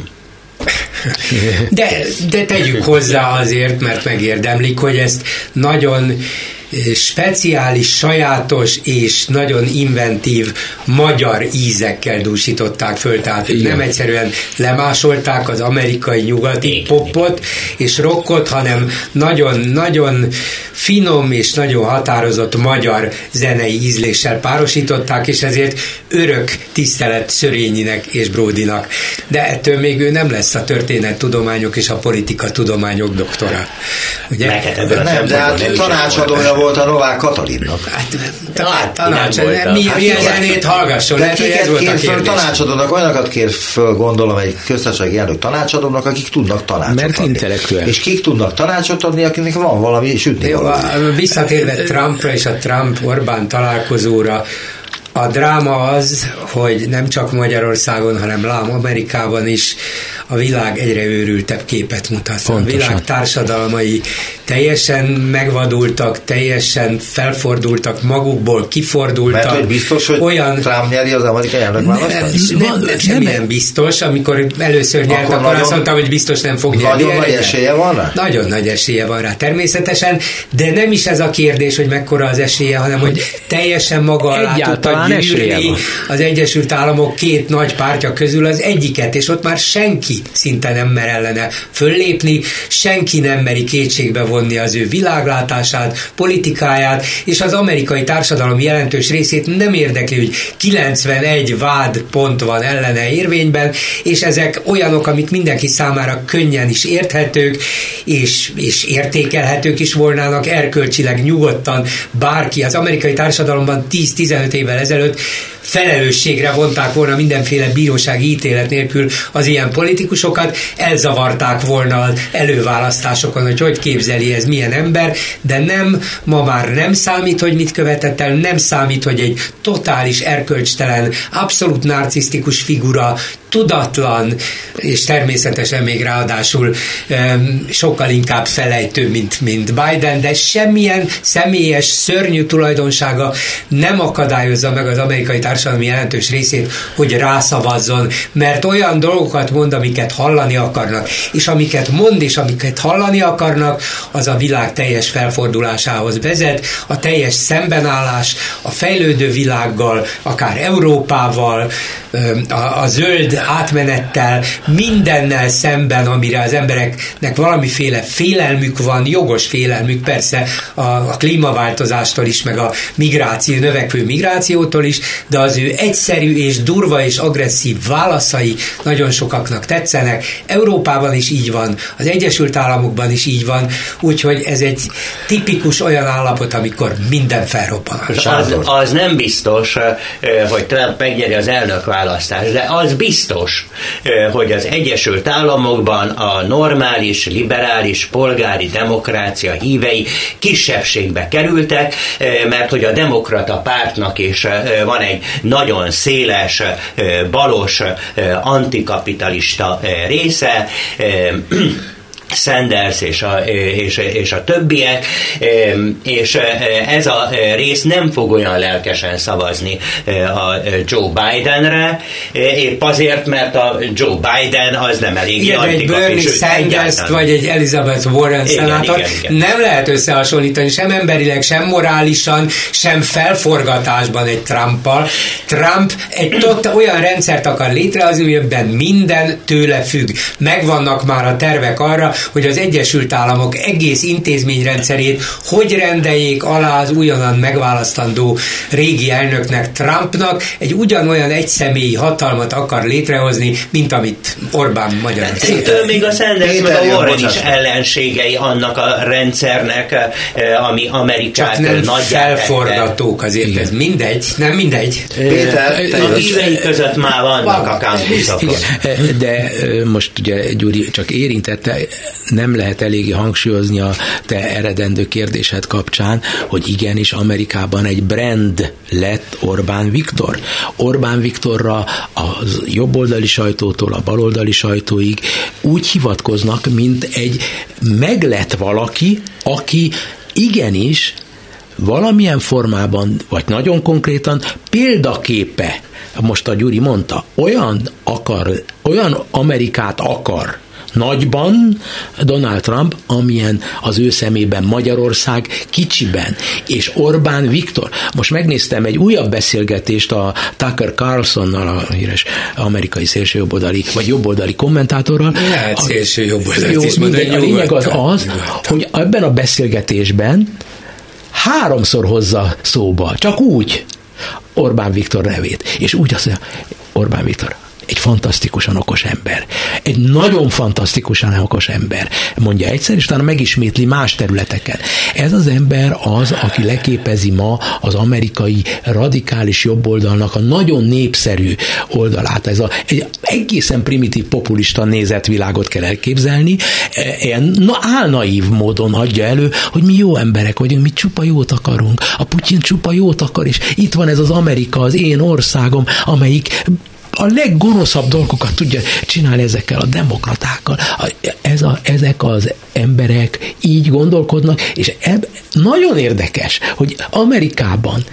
C: De tegyük hozzá azért, mert megérdemlik, hogy ezt nagyon speciális, sajátos és nagyon inventív magyar ízekkel dúsították föl, tehát nem egyszerűen lemásolták az amerikai nyugati popot és rockot, hanem nagyon-nagyon finom és nagyon határozott magyar zenei ízléssel párosították, és ezért örök tisztelet Szörényinek és Bródinak. De ettől még ő nem lesz a történettudományok és a politikatudományok doktora. Ugye?
B: Nem, de hát tanácsadója volt a Novák Katalinnak?
C: Tanács, milyen zenét hallgasson, lehet, hogy ez volt a kérdés.
B: Tanácsadónak, olyanokat kér föl, gondolom, egy köztársasági elnök tanácsadónak, akik tudnak tanácsot
E: mert
B: adni.
E: intellektuális.
B: És kik tudnak tanácsot adni, akinek van valami sütni valami.
C: Visszatérve Trumpra és a Trump-Orbán találkozóra, a dráma az, hogy nem csak Magyarországon, hanem lám Amerikában is a világ egyre őrültebb képet mutat. Pontosan. A világ társadalmai teljesen megvadultak, teljesen felfordultak, magukból kifordultak.
B: Mert hogy biztos, hogy olyan... Trump nyeri az amerikai elnökválasztást?
C: Nem semmilyen biztos. Amikor először nyert, akkor azt mondtam, hogy biztos nem fog nyerni.
B: Nagyon nagy esélye van rá?
C: Nagyon nagy esélye van rá, természetesen, de nem is ez a kérdés, hogy mekkora az esélye, hanem hogy teljesen maga alá tudta gyűrni az Egyesült Államok két nagy pártja közül az egyiket, és ott már senki szinte nem mer ellene föllépni, senki nem meri kétségbe vonni az ő világlátását, politikáját, és az amerikai társadalom jelentős részét nem érdekli, hogy 91 vádpont van ellene érvényben, és ezek olyanok, amik mindenki számára könnyen is érthetők, és értékelhetők is volnának, erkölcsileg nyugodtan bárki. Az amerikai társadalomban 10-15 évvel ezelőtt felelősségre vonták volna mindenféle bírósági ítélet nélkül az ilyen politikusokat, elzavarták volna az előválasztásokon, hogy képzeli ez milyen ember, de nem, ma már nem számít, hogy mit követett el, nem számít, hogy egy totális erkölcstelen, abszolút narcisztikus figura, tudatlan, és természetesen még ráadásul sokkal inkább felejtő, mint Biden, de semmilyen személyes, szörnyű tulajdonsága nem akadályozza meg az amerikai társadalmi jelentős részét, hogy rászavazzon, mert olyan dolgokat mond, amiket hallani akarnak, és amiket mond, és amiket hallani akarnak, az a világ teljes felfordulásához vezet, a teljes szembenállás a fejlődő világgal, akár Európával, a zöld átmenettel, mindennel szemben, amire az embereknek valamiféle félelmük van, jogos félelmük persze a klímaváltozástól is, meg a növekvő migrációtól is, de az ő egyszerű és durva és agresszív válaszai nagyon sokaknak tetszenek. Európában is így van, az Egyesült Államokban is így van, úgyhogy ez egy tipikus olyan állapot, amikor minden felrobban.
D: Az nem biztos, hogy Trump megnyeri az elnökválasztást, de az biztos, hogy az Egyesült Államokban a normális, liberális, polgári demokrácia hívei kisebbségbe kerültek, mert hogy a demokrata pártnak is van egy nagyon széles, balos, antikapitalista része, Sanders és a többiek, és ez a rész nem fog olyan lelkesen szavazni a Joe Bidenre, épp azért, mert a Joe Biden az nem elég
C: egy Bernie Sanders-t vagy egy Elizabeth Warren szenátor nem lehet összehasonlítani sem emberileg, sem morálisan, sem felforgatásban egy Trumpal. Trump egy olyan rendszert akar létrehozni, amiben minden tőle függ. Megvannak már a tervek arra, hogy az Egyesült Államok egész intézményrendszerét hogy rendeljék alá az újonnan megválasztandó régi elnöknek, Trumpnak, egy ugyanolyan egyszemélyi hatalmat akar létrehozni, mint amit Orbán Magyarországon.
D: Ettől még a Sanders meg a Warren is ellenségei annak a rendszernek, ami Amerikát
C: csak nem felforgatók azért, ez mindegy, nem mindegy.
B: Péter,
D: a hívei között már vannak a kampuszokon.
E: De most ugye Gyuri csak érintette, nem lehet eléggé hangsúlyozni a te eredendő kérdésed kapcsán, hogy igenis Amerikában egy brand lett Orbán Viktor. Orbán Viktorra a jobboldali sajtótól a baloldali sajtóig úgy hivatkoznak, mint egy meglett valaki, aki igenis valamilyen formában, vagy nagyon konkrétan példaképe, most a Gyuri mondta, olyan Amerikát akar nagyban Donald Trump, amilyen az ő szemében Magyarország kicsiben, és Orbán Viktor. Most megnéztem egy újabb beszélgetést a Tucker Carlsonnal, a híres amerikai szélsőjobboldali, vagy jobboldali kommentátorral.
C: Lehet szélsőjobboldali is
E: mondani. A lényeg az, hogy ebben a beszélgetésben 3-szor hozza szóba, csak úgy Orbán Viktor nevét. És úgy azt mondja, Orbán Viktor, egy fantasztikusan okos ember. Egy nagyon fantasztikusan okos ember. Mondja egyszer, és utána megismétli más területeken. Ez az ember az, aki leképezi ma az amerikai radikális jobboldalnak a nagyon népszerű oldalát. Ez egy egészen primitív populista nézetvilágot kell elképzelni. Ilyen álnaív módon adja elő, hogy mi jó emberek vagyunk, mi csupa jót akarunk. A Putyin csupa jót akar, és itt van ez az Amerika, az én országom, amelyik a leggonoszabb dolgokat tudja csinálni ezekkel a demokratákkal. Ezek az emberek így gondolkodnak, és nagyon érdekes, hogy Amerikában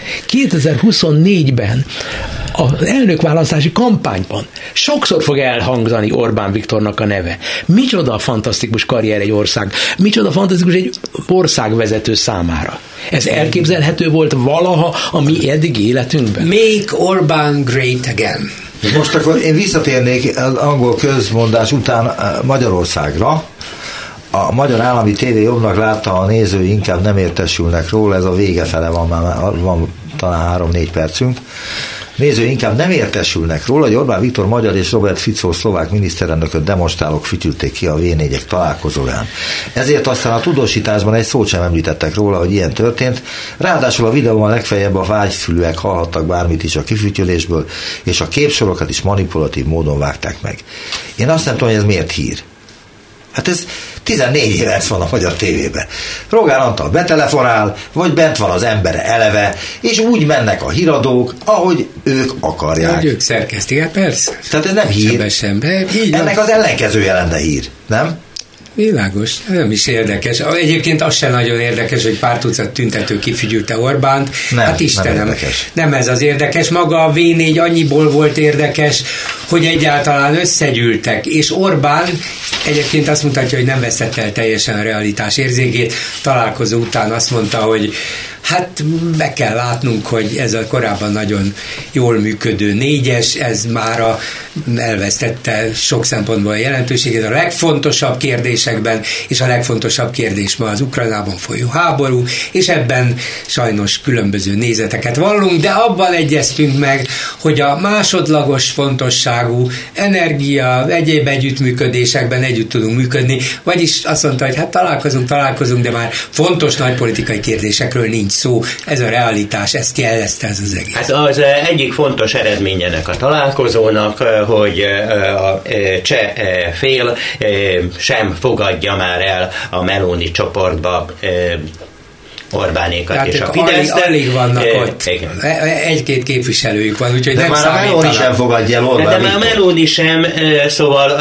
E: 2024-ben az elnökválasztási kampányban sokszor fog elhangzani Orbán Viktornak a neve. Micsoda fantasztikus karrier egy ország, micsoda fantasztikus egy országvezető számára. Ez elképzelhető volt valaha a mi eddigi életünkben?
C: Make Orbán great again.
B: Most akkor én visszatérnék az angol közmondás után Magyarországra. A magyar állami tévé jobbnak látta, a nézői inkább nem értesülnek róla, ez a vége fele van talán 3-4 percünk. Nézői inkább nem értesülnek róla, hogy Orbán Viktor magyar és Robert Fico szlovák miniszterelnököt demonstrálók fütyülték ki a V4-ek találkozóján. Ezért aztán a tudósításban egy szót sem említettek róla, hogy ilyen történt. Ráadásul a videóban legfeljebb a vágyfülűek hallhattak bármit is a kifütyülésből, és a képsorokat is manipulatív módon vágták meg. Én azt nem tudom, hogy ez miért hír. Hát ez 14 éve van a magyar tévében. Rogán Antal betelefonál, vagy bent van az embere eleve, és úgy mennek a híradók, ahogy ők akarják.
C: Hogy ők szerkesztik, hát persze.
B: Tehát ez nem hír. Ennek az ellenkezője lenne hír, nem?
C: Világos, nem is érdekes. Egyébként az sem nagyon érdekes, hogy pár tucat tüntető kifügyülte Orbánt.
B: Nem,
C: hát Istenem,
B: nem
C: ez az érdekes. Maga a V4 annyiból volt érdekes, hogy egyáltalán összegyűltek, és Orbán egyébként azt mutatja, hogy nem vesztette el teljesen a realitás érzékét. Találkozó után azt mondta, hogy hát be kell látnunk, hogy ez a korábban nagyon jól működő 4-es, ez már elvesztette sok szempontból a jelentőségét a legfontosabb kérdésekben, és a legfontosabb kérdés ma az Ukrajnában folyó háború, és ebben sajnos különböző nézeteket vallunk, de abban egyeztünk meg, hogy a másodlagos fontosságú energia, egyéb együttműködésekben együtt tudunk működni, vagyis azt mondta, hogy hát találkozunk, de már fontos nagypolitikai kérdésekről nincs szó, ez a realitás, ezt jelezte ez az egész.
D: Hát az egyik fontos eredmény ennek a találkozónak, hogy a cseh fél sem fogadja már el a Meloni csoportba Orbánékat és a Fideszt.
C: Alig vannak ott. Egy-két képviselőjük van, úgyhogy
B: de
C: nem
B: már a Meloni sem fogadja el Orbán.
D: De már a Meloni sem, szóval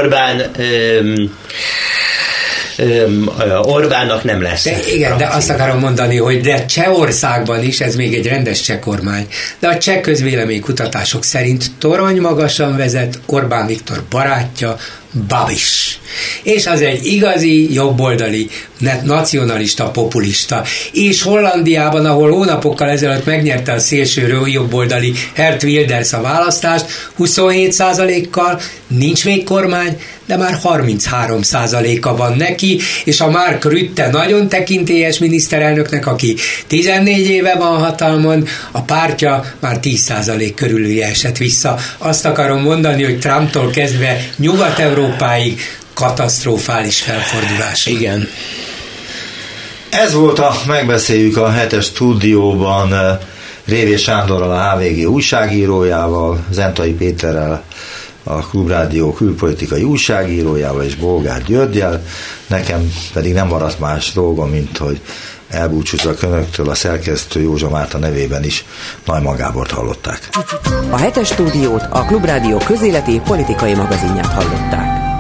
D: Orbánnak nem lesz.
C: Igen, de azt akarom mondani, hogy de Csehországban is, ez még egy rendes cseh kormány, de a cseh közvéleménykutatások szerint torony magasan vezet Orbán Viktor barátja, Babis. És az egy igazi jobboldali, nacionalista, populista. És Hollandiában, ahol hónapokkal ezelőtt megnyerte a szélső jobboldali Geert Wilders a választást, 27%-kal, nincs még kormány, de már 33%-a van neki, és a Mark Rutte nagyon tekintélyes miniszterelnöknek, aki 14 éve van hatalmon, a pártja már 10% körül esett vissza. Azt akarom mondani, hogy Trumptól kezdve Nyugat-Európáig katasztrofális felfordulás.
E: Igen.
B: Ez volt a Megbeszéljük a hetes stúdióban Révés Sándorral, a HVG újságírójával, Zentai Péterrel, a Klubrádió külpolitikai újságírójával és Bolgár Györggyel. Nekem pedig nem maradt más dolgom, mint hogy elbúcsúzzak önöktől, a szerkesztő Józsa Márta nevében is. Neumann Gábort hallották.
A: A hetes stúdiót, a Klubrádió közéleti politikai magazinját hallották.